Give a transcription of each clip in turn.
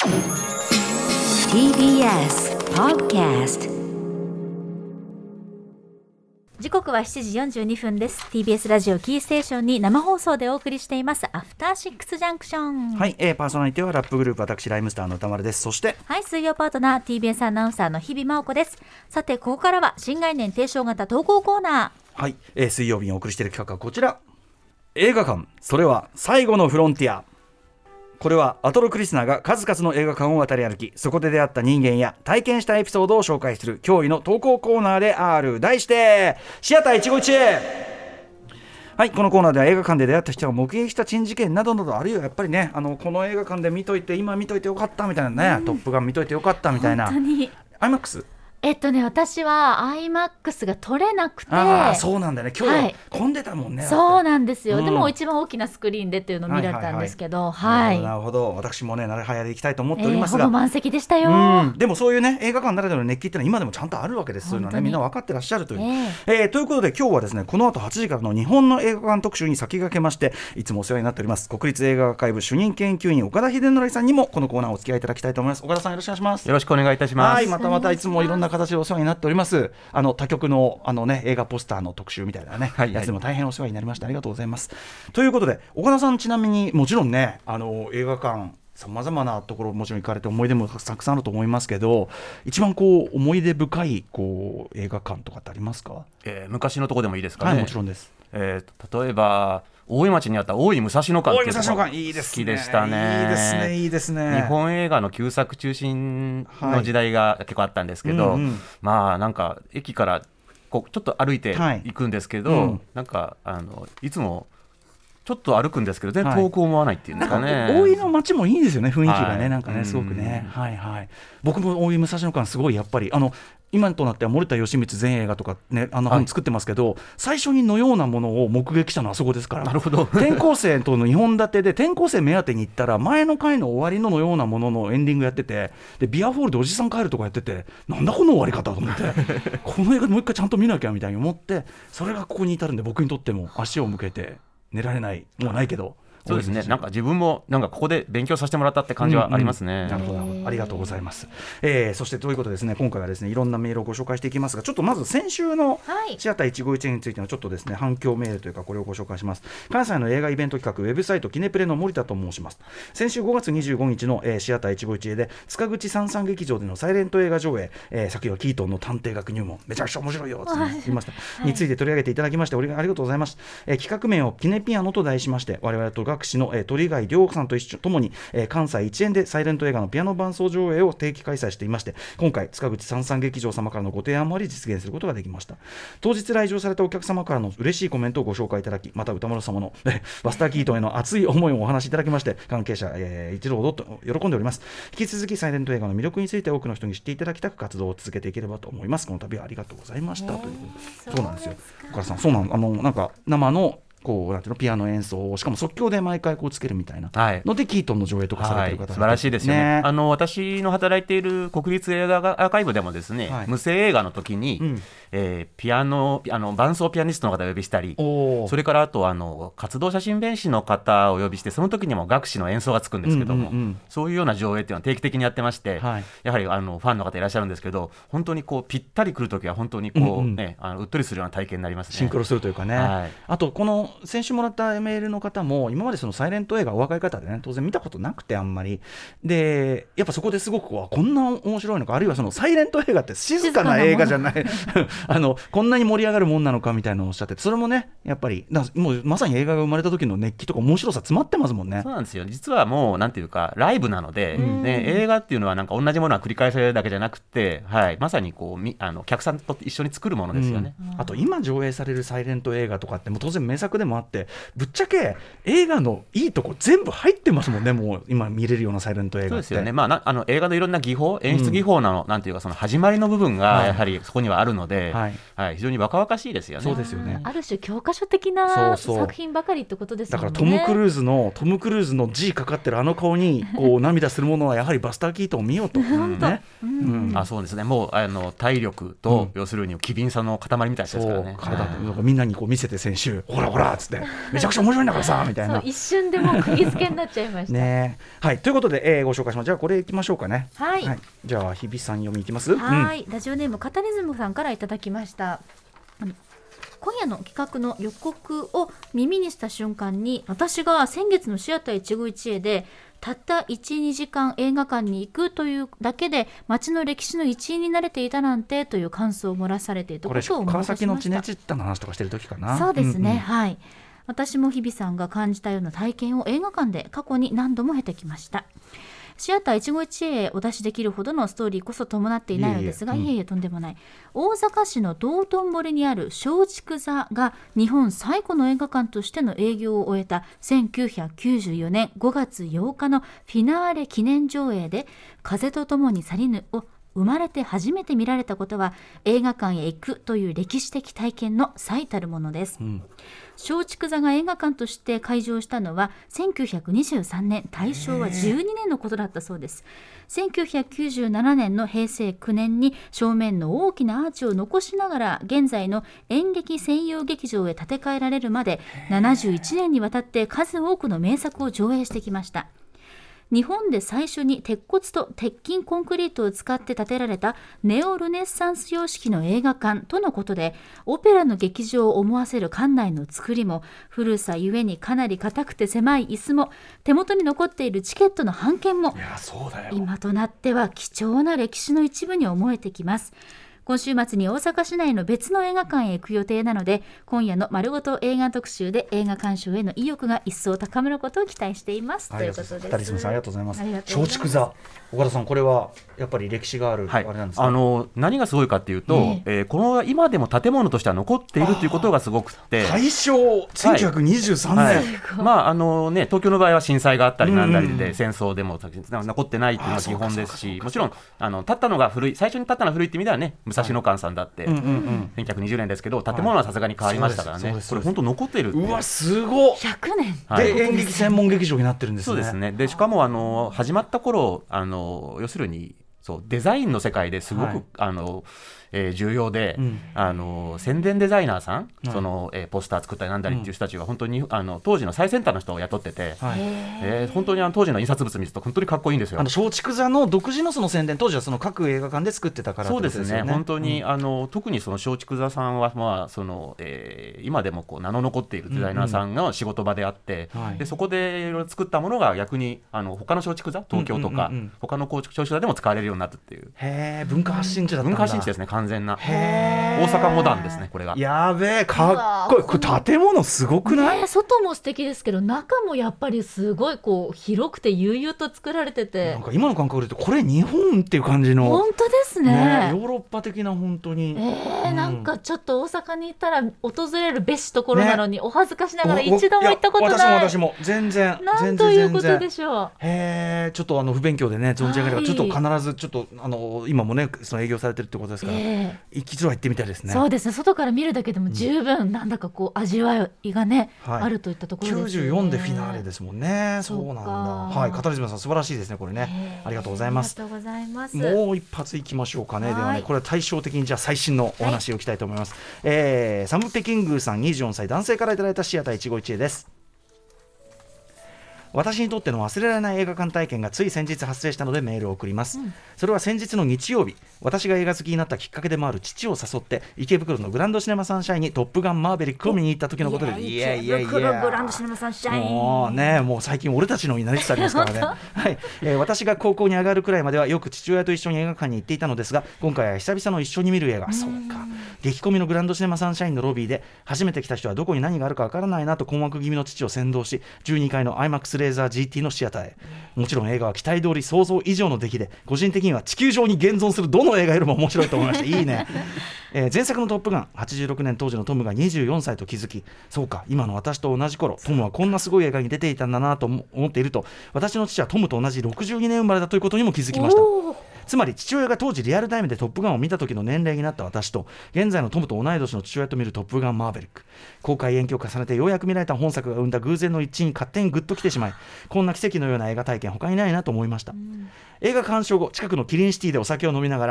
TBS Podcast。 時刻は7時42分です。 TBS ラジオキーステーションに生放送でお送りしていますアフターシックスジャンクション。 はい、パーソナリティはラップグループ私ライムスターの歌丸です。そしてはい、水曜パートナー TBS アナウンサーの日々真央子です。さてここからは新概念提唱型投稿コーナー。はい、水曜日にお送りしている企画はこちら、映画館それは最後のフロンティア。これはアトロクリスナーが数々の映画館を渡り歩き、そこで出会った人間や体験したエピソードを紹介する驚異の投稿コーナーである。題してシアター一期一会。はい、このコーナーでは映画館で出会った人が目撃した珍事件などなど、あるいはやっぱりね、この映画館で見といて今見といてよかったみたいなね、トップガン見といてよかったみたいな。 本当に IMAX？ 私は IMAX が取れなくて。 そうなんだね、今日混んでたもんね。 そうなんですよ、でも一番大きなスクリーンでっていうのを見られたんですけど、なるほど。私もね、なるはやで行きたいと思っておりますが、 ほぼ満席でしたよ。 でもそういうね、映画館ならではの熱気ってのは今でもちゃんとあるわけです。そういうのはね、みんな分かってらっしゃるという、ということで今日はですね、この後8時からの日本の映画館特集に先駆けまして、いつもお世話になっております国立映画アーカイブ主任研究員岡田秀則さんにもこのコーナーをお付き合いいただきたいと思います。岡田さん、よろしくお願いします。 よろしくお願いいたします。 はい、またいつもいろんな形でお世話になっております。他局の映画ポスターの特集みたいなね、やつでも大変お世話になりました。ありがとうございます。ということで岡田さん、ちなみにもちろんね、映画館さまざまなところもちろん行かれて思い出もたくさんあると思いますけど、一番思い出深い映画館とかってありますか？ 昔のところでもいいですかね。 はい、もちろんです。 例えば大井町にあった大井武蔵野館っていうところ好きでしたね。 いいですね。 日本映画の旧作中心の時代が結構あったんですけど、まあなんか駅からちょっと歩いて行くんですけど、なんかいつもちょっと歩くんですけど全然遠く思わないっていうんですかね。 大井の街もいいですよね、雰囲気がね、なんかね、すごくね。僕も大井武蔵野館すごいやっぱり今となっては森田義満全映画とかね、本作ってますけど、最初にのようなものを目撃したのはあそこですから。 なるほど。 転校生との2本立てで転校生目当てに行ったら、前の回の終わりのようなもののエンディングやってて、でビアホールでおじさん帰るとかやってて、なんだこの終わり方と思ってこの映画もう一回ちゃんと見なきゃみたいに思って、それがここに至るんで、僕にとっても足を向けて寝られないもうないけど。 そうですね、なんか自分もなんかここで勉強させてもらったって感じはありますね。 なるほど、ありがとうございます。そしてということでですね、今回はですね、いろんなメールをご紹介していきますが、ちょっとまず先週のシアター一期一会についてのちょっとですね、反響メールというか、これをご紹介します。関西の映画イベント企画ウェブサイトキネプレの森田と申します。先週5月25日の、シアター一期一会で塚口三三劇場でのサイレント映画上映、先ほどキートンの探偵学入門めちゃくちゃ面白いよって言いました、について取り上げていただきましてありがとうございます。企画名をキネピアノと題しまして、我々と学士の、鳥貝涼子さんとともに、関西一円でサイレント映画のピアノ伴奏上映を定期開催していまして、今回塚口三三劇場様からのご提案もあり実現することができました。当日来場されたお客様からの嬉しいコメントをご紹介いただき、また歌丸様のバスターキートンへの熱い思いをお話しいただきまして、関係者、一同と喜んでおります。引き続きサイレント映画の魅力について多くの人に知っていただきたく活動を続けていければと思います。この度はありがとうございました、ということで。そうなんですよ、岡田さん。そうなんか生のなんていうの、ピアノ演奏をしかも即興で毎回つけるみたいなので、キートンの上映とかされてる方、 素晴らしいですよね。私の働いている国立映画アーカイブでもですね、無声映画の時に、ピアノ伴奏ピアニストの方をお呼びしたり、それからあと活動写真弁士の方をお呼びして、その時にも楽師の演奏がつくんですけども、そういうような上映っていうのは定期的にやってまして、やはりファンの方いらっしゃるんですけど、本当にぴったり来る時は本当にうっとりするような体験になりますね。 シンクロするというかね、あとこの先週もらったメールの方も今までそのサイレント映画お若い方でね、当然見たことなくて、あんまりでやっぱそこですごくこんな面白いのか、あるいはそのサイレント映画って静かな映画じゃないこんなに盛り上がるもんなのかみたいなのをおっしゃってて、それもねやっぱりもうまさに映画が生まれた時の熱気とか面白さ詰まってますもんね。 そうなんですよ。実はもうなんていうかライブなので、映画っていうのはなんか同じものは繰り返されるだけじゃなくて、まさに客さんと一緒に作るものですよね。 あと今上映されるサイレント映画とかってもう当然名作でもあって、ぶっちゃけ映画のいいとこ全部入ってますもんね。もう今見れるようなサイレント映画って。 そうですよね。映画のいろんな技法、演出技法なんていうか、その始まりの部分がやはりそこにはあるので、非常に若々しいですよね。 そうですよね。 ある種教科書的な作品ばかりってことですもんね。 だからトム・クルーズの G かかってる顔に涙するものはやはりバスター・キートンを見ようと、ね。 そうですね。もう体力と、要するに機敏さの塊みたいですからね。 みんなに見せて、先週ほららっつってめちゃくちゃ面白いんだからさみたいな、 一瞬でも釘付けになっちゃいましたね。はい、ということで、ご紹介します。じゃあこれいきましょうかね。 はい、 じゃあ日比さん読みいきます。 はい、ラジオネームカタリズムさんからいただきました。今夜の企画の予告を耳にした瞬間に、私が先月のシアター一期一会でたった 1,2 時間映画館に行くというだけで街の歴史の一員になれていたなんてという感想を漏らされていたことを思い出しました。 川崎のチネチッタの話とかしてる時かな。 そうですね、はい。私も日比さんが感じたような体験を映画館で過去に何度も経てきました。シアター一期一会へお出しできるほどのストーリーこそ伴っていないのですが、いえいえとんでもない。大阪市の道頓堀にある松竹座が日本最古の映画館としての営業を終えた1994年5月8日のフィナーレ記念上映で、風と共に去りぬを生まれて初めて見られたことは、映画館へ行くという歴史的体験の最たるものです。松竹座が映画館として開場したのは1923年、大正は12年のことだったそうです。1997年の平成9年に正面の大きなアーチを残しながら現在の演劇専用劇場へ建て替えられるまで71年にわたって数多くの名作を上映してきました。日本で最初に鉄骨と鉄筋コンクリートを使って建てられたネオルネッサンス様式の映画館とのことで、オペラの劇場を思わせる館内の作りも、古さゆえにかなり硬くて狭い椅子も、手元に残っているチケットの半券も、今となっては貴重な歴史の一部に思えてきます。今週末に大阪市内の別の映画館へ行く予定なので、今夜の丸ごと映画特集で映画鑑賞への意欲が一層高まることを期待しています。ということです。 タリスムさんありがとうございます。松竹座、岡田さん、これはやっぱり歴史がある、あれなんですか。 何がすごいかっていうと、この今でも建物としては残っているということがすごくて、 大正1923年、 東京の場合は震災があったりなんだりで、戦争でも残ってないっていうのが基本ですし、もちろん建ったのが古い、最初に建ったのが古いって意味ではね、武蔵野館さんだって1920年ですけど、建物はさすがに変わりましたからね。これ本当残っている。 うわすごい。 100年で演劇専門劇場になってるんですね。 そうですね。でしかも始まった頃要するにデザインの世界ですごく、重要で、宣伝デザイナーさん、ポスター作ったりなんだりっていう人たちが本当に当時の最先端の人を雇ってて、本当に当時の印刷物見ると本当にかっこいいんですよ。 松竹座の独自のその宣伝、当時はその各映画館で作ってたからってことですよね。 そうですね。本当に、特にその松竹座さんは、今でも名の残っているデザイナーさんの仕事場であって、でそこでいろいろ作ったものが逆に他の松竹座、東京とか、他の松竹座でも使われるようになったっていう。 文化発信地だったんだ。 文化発信地ですね。完全な大阪モダンですね。これがやべえ、かっこいい。これ建物すごくない？ 外も素敵ですけど、中もやっぱりすごい広くて悠々と作られてて、 なんか今の感覚で言うとこれ日本っていう感じの、 本当ですね。 ヨーロッパ的な本当に、 なんかちょっと大阪に行ったら訪れるべしところなのに、お恥ずかしながら一度も行ったことない。 私も全然なんということでしょう。 ちょっと不勉強でね存じ上げながら、ちょっと必ずちょっと今もねその営業されてるってことですから、一度は行ってみたいですね。 そうですね。外から見るだけでも十分なんだか味わいがね、あるといったところですね。 94でフィナーレですもんね。そうなんだ。はい、片島さん素晴らしいですねこれね。ありがとうございます。 ありがとうございます。 もう一発いきましょうかね。ではね、これは対照的にじゃあ最新のお話をいきたいと思います。サム・ペキングーさん24歳男性からいただいたシアター一期一会です。私にとっての忘れられない映画館体験がつい先日発生したのでメールを送ります。それは先日の日曜日、私が映画好きになったきっかけでもある父を誘って池袋のグランドシネマサンシャインにトップガンマーヴェリックを見に行った時のことで、 池袋グランドシネマサンシャイン、 もう最近俺たちのになりつつありますからねはい、私が高校に上がるくらいまではよく父親と一緒に映画館に行っていたのですが、今回は久々の一緒に見る映画、そうか、激混みのグランドシネマサンシャインのロビーで初めて来た人はどこに何があるかわからないなと困惑気味の父を先導し、12階の IMAX レーザー GT のシアターへ。もちろん映画は期待通り想像以上の出来で、個人的には地球上に現存するどの映画よりも面白いと思いましたいいね前作のトップガン、86年当時のトムが24歳と気づき、そうか今の私と同じ頃トムはこんなすごい映画に出ていたんだなと思っていると、私の父はトムと同じ62年生まれだということにも気づきました。つまり父親が当時リアルタイムでトップガンを見た時の年齢になった私と、現在のトムと同い年の父親と見るトップガンマーヴェリック、公開延期を重ねてようやく見られた本作が生んだ偶然の一致に勝手にグッときてしまい、こんな奇跡のような映画体験他にないなと思いました。映画鑑賞後、近くのキリンシティでお酒を飲みながら、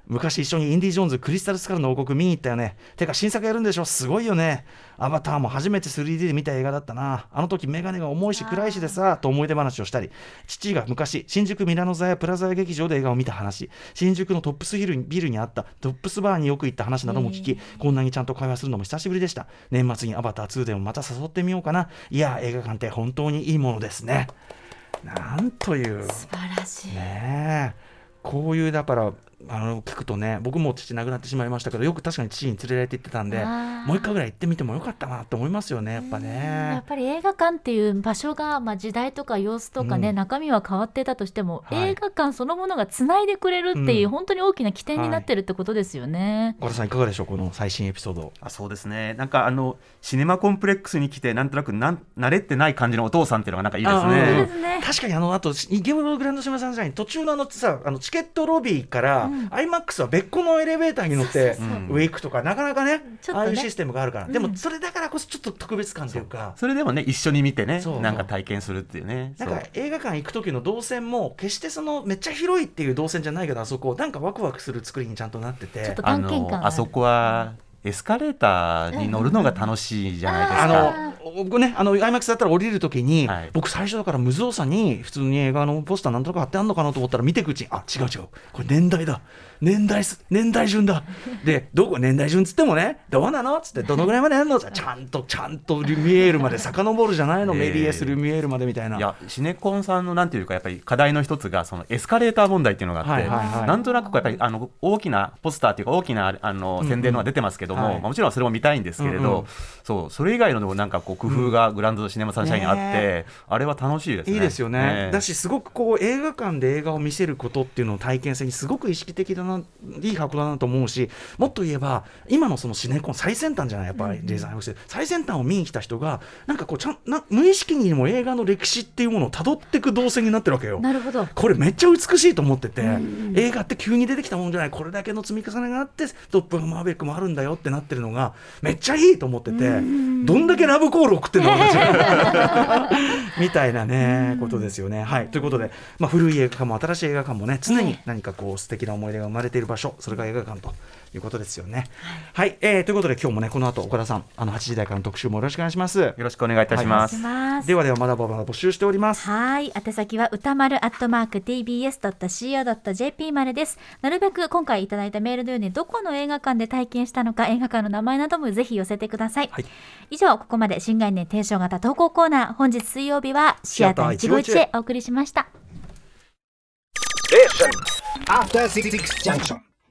昔一緒にインディ・ジョーンズクリスタルスカルの王国見に行ったよね。てか新作やるんでしょ、すごいよね。アバターも初めて 3D で見た映画だったな。あの時メガネが重いし暗いしでさと思い出話をしたり、父が昔新宿ミラノ座やプラザや劇場で映画を見た話、新宿のトップスビルにあったトップスバーによく行った話なども聞き、こんなにちゃんと会話するのも久しぶりでした。年末にアバター2でもまた誘ってみようかな。いや映画館って本当にいいものですね。なんという素晴らしいね。こういうだから聞くとね、僕も父亡くなってしまいましたけど、よく確かに父に連れられて行ってたんで、もう一回ぐらい行ってみてもよかったなと思いますよね。やっぱね、 やっぱり映画館っていう場所が、時代とか様子とかね、中身は変わってたとしても、映画館そのものがつないでくれるっていう、本当に大きな起点になってるってことですよね。 小原さんいかがでしょう、この最新エピソード。 そうですね、なんかシネマコンプレックスに来てなんとなく慣れてない感じのお父さんっていうのがなんかいいですね。 確かにあと池袋グランドシネマサンシャイン途中のさチケットロビーから、IMAX は別個のエレベーターに乗って上行くとか、なかなかねああいうシステムがあるから、でもそれだからこそちょっと特別感というか、 それでもね一緒に見てね、なんか体験するっていうね。 なんか映画館行く時の動線も決してそのめっちゃ広いっていう動線じゃないけど、あそこなんかワクワクする作りにちゃんとなってて、 ちょっと探検感がある。 あそこはエスカレーターに乗るのが楽しいじゃないですか。 僕ねIMAX だったら降りるときに、僕最初だから無造作に普通に映画のポスターなんとか貼ってあるのかなと思ったら見ていくうちに違うこれ年代だ、年代順だで、どこ年代順つってもね、どうなのっつってどのぐらいまでやるのちゃんとルミエールまで遡るじゃないの、メリエスルミエールまでみたいな。 いやシネコンさんのなんていうかやっぱり課題の一つがそのエスカレーター問題っていうのがあって、なんとなくやっぱり大きなポスターっていうか大きな宣伝のが出てますけども、もちろんそれも見たいんですけれど、それ以外のでもなんかこう工夫がグランドシネマサンシャインにあって、あれは楽しいですね。 いいですよね。だしすごくこう映画館で映画を見せることっていうのを体験性にすごく意識的だな、いい箱だなと思うし、もっと言えば今のそのシネコン最先端じゃない、やっぱりデザインをして最先端を見に来た人がなんかこう無意識にも映画の歴史っていうものを辿っていく動線になってるわけよ。 なるほど。 これめっちゃ美しいと思ってて、映画って急に出てきたものじゃない、これだけの積み重ねがあってトップガンマーヴェリックもあるんだよってなってるのがめっちゃいいと思ってて、どんだけラブコール送ってんのみたいなねことですよね。はい、ということで、古い映画館も新しい映画館もね、常に何かこう素敵な思い出が生まれている場所、それが映画館ということですよね。はい、ということで今日もねこの後岡田さん8時台からの特集もよろしくお願いします。よろしくお願いいたします。 ではまだ募集しております。 はい、宛先は歌丸@tbs.co.jp までです。なるべく今回いただいたメールのようにどこの映画館で体験したのか、映画館の名前などもぜひ寄せてください。以上、ここまで新概念提唱型投稿コーナー、本日水曜日はシアター151へお送りしました。 After 66 junction.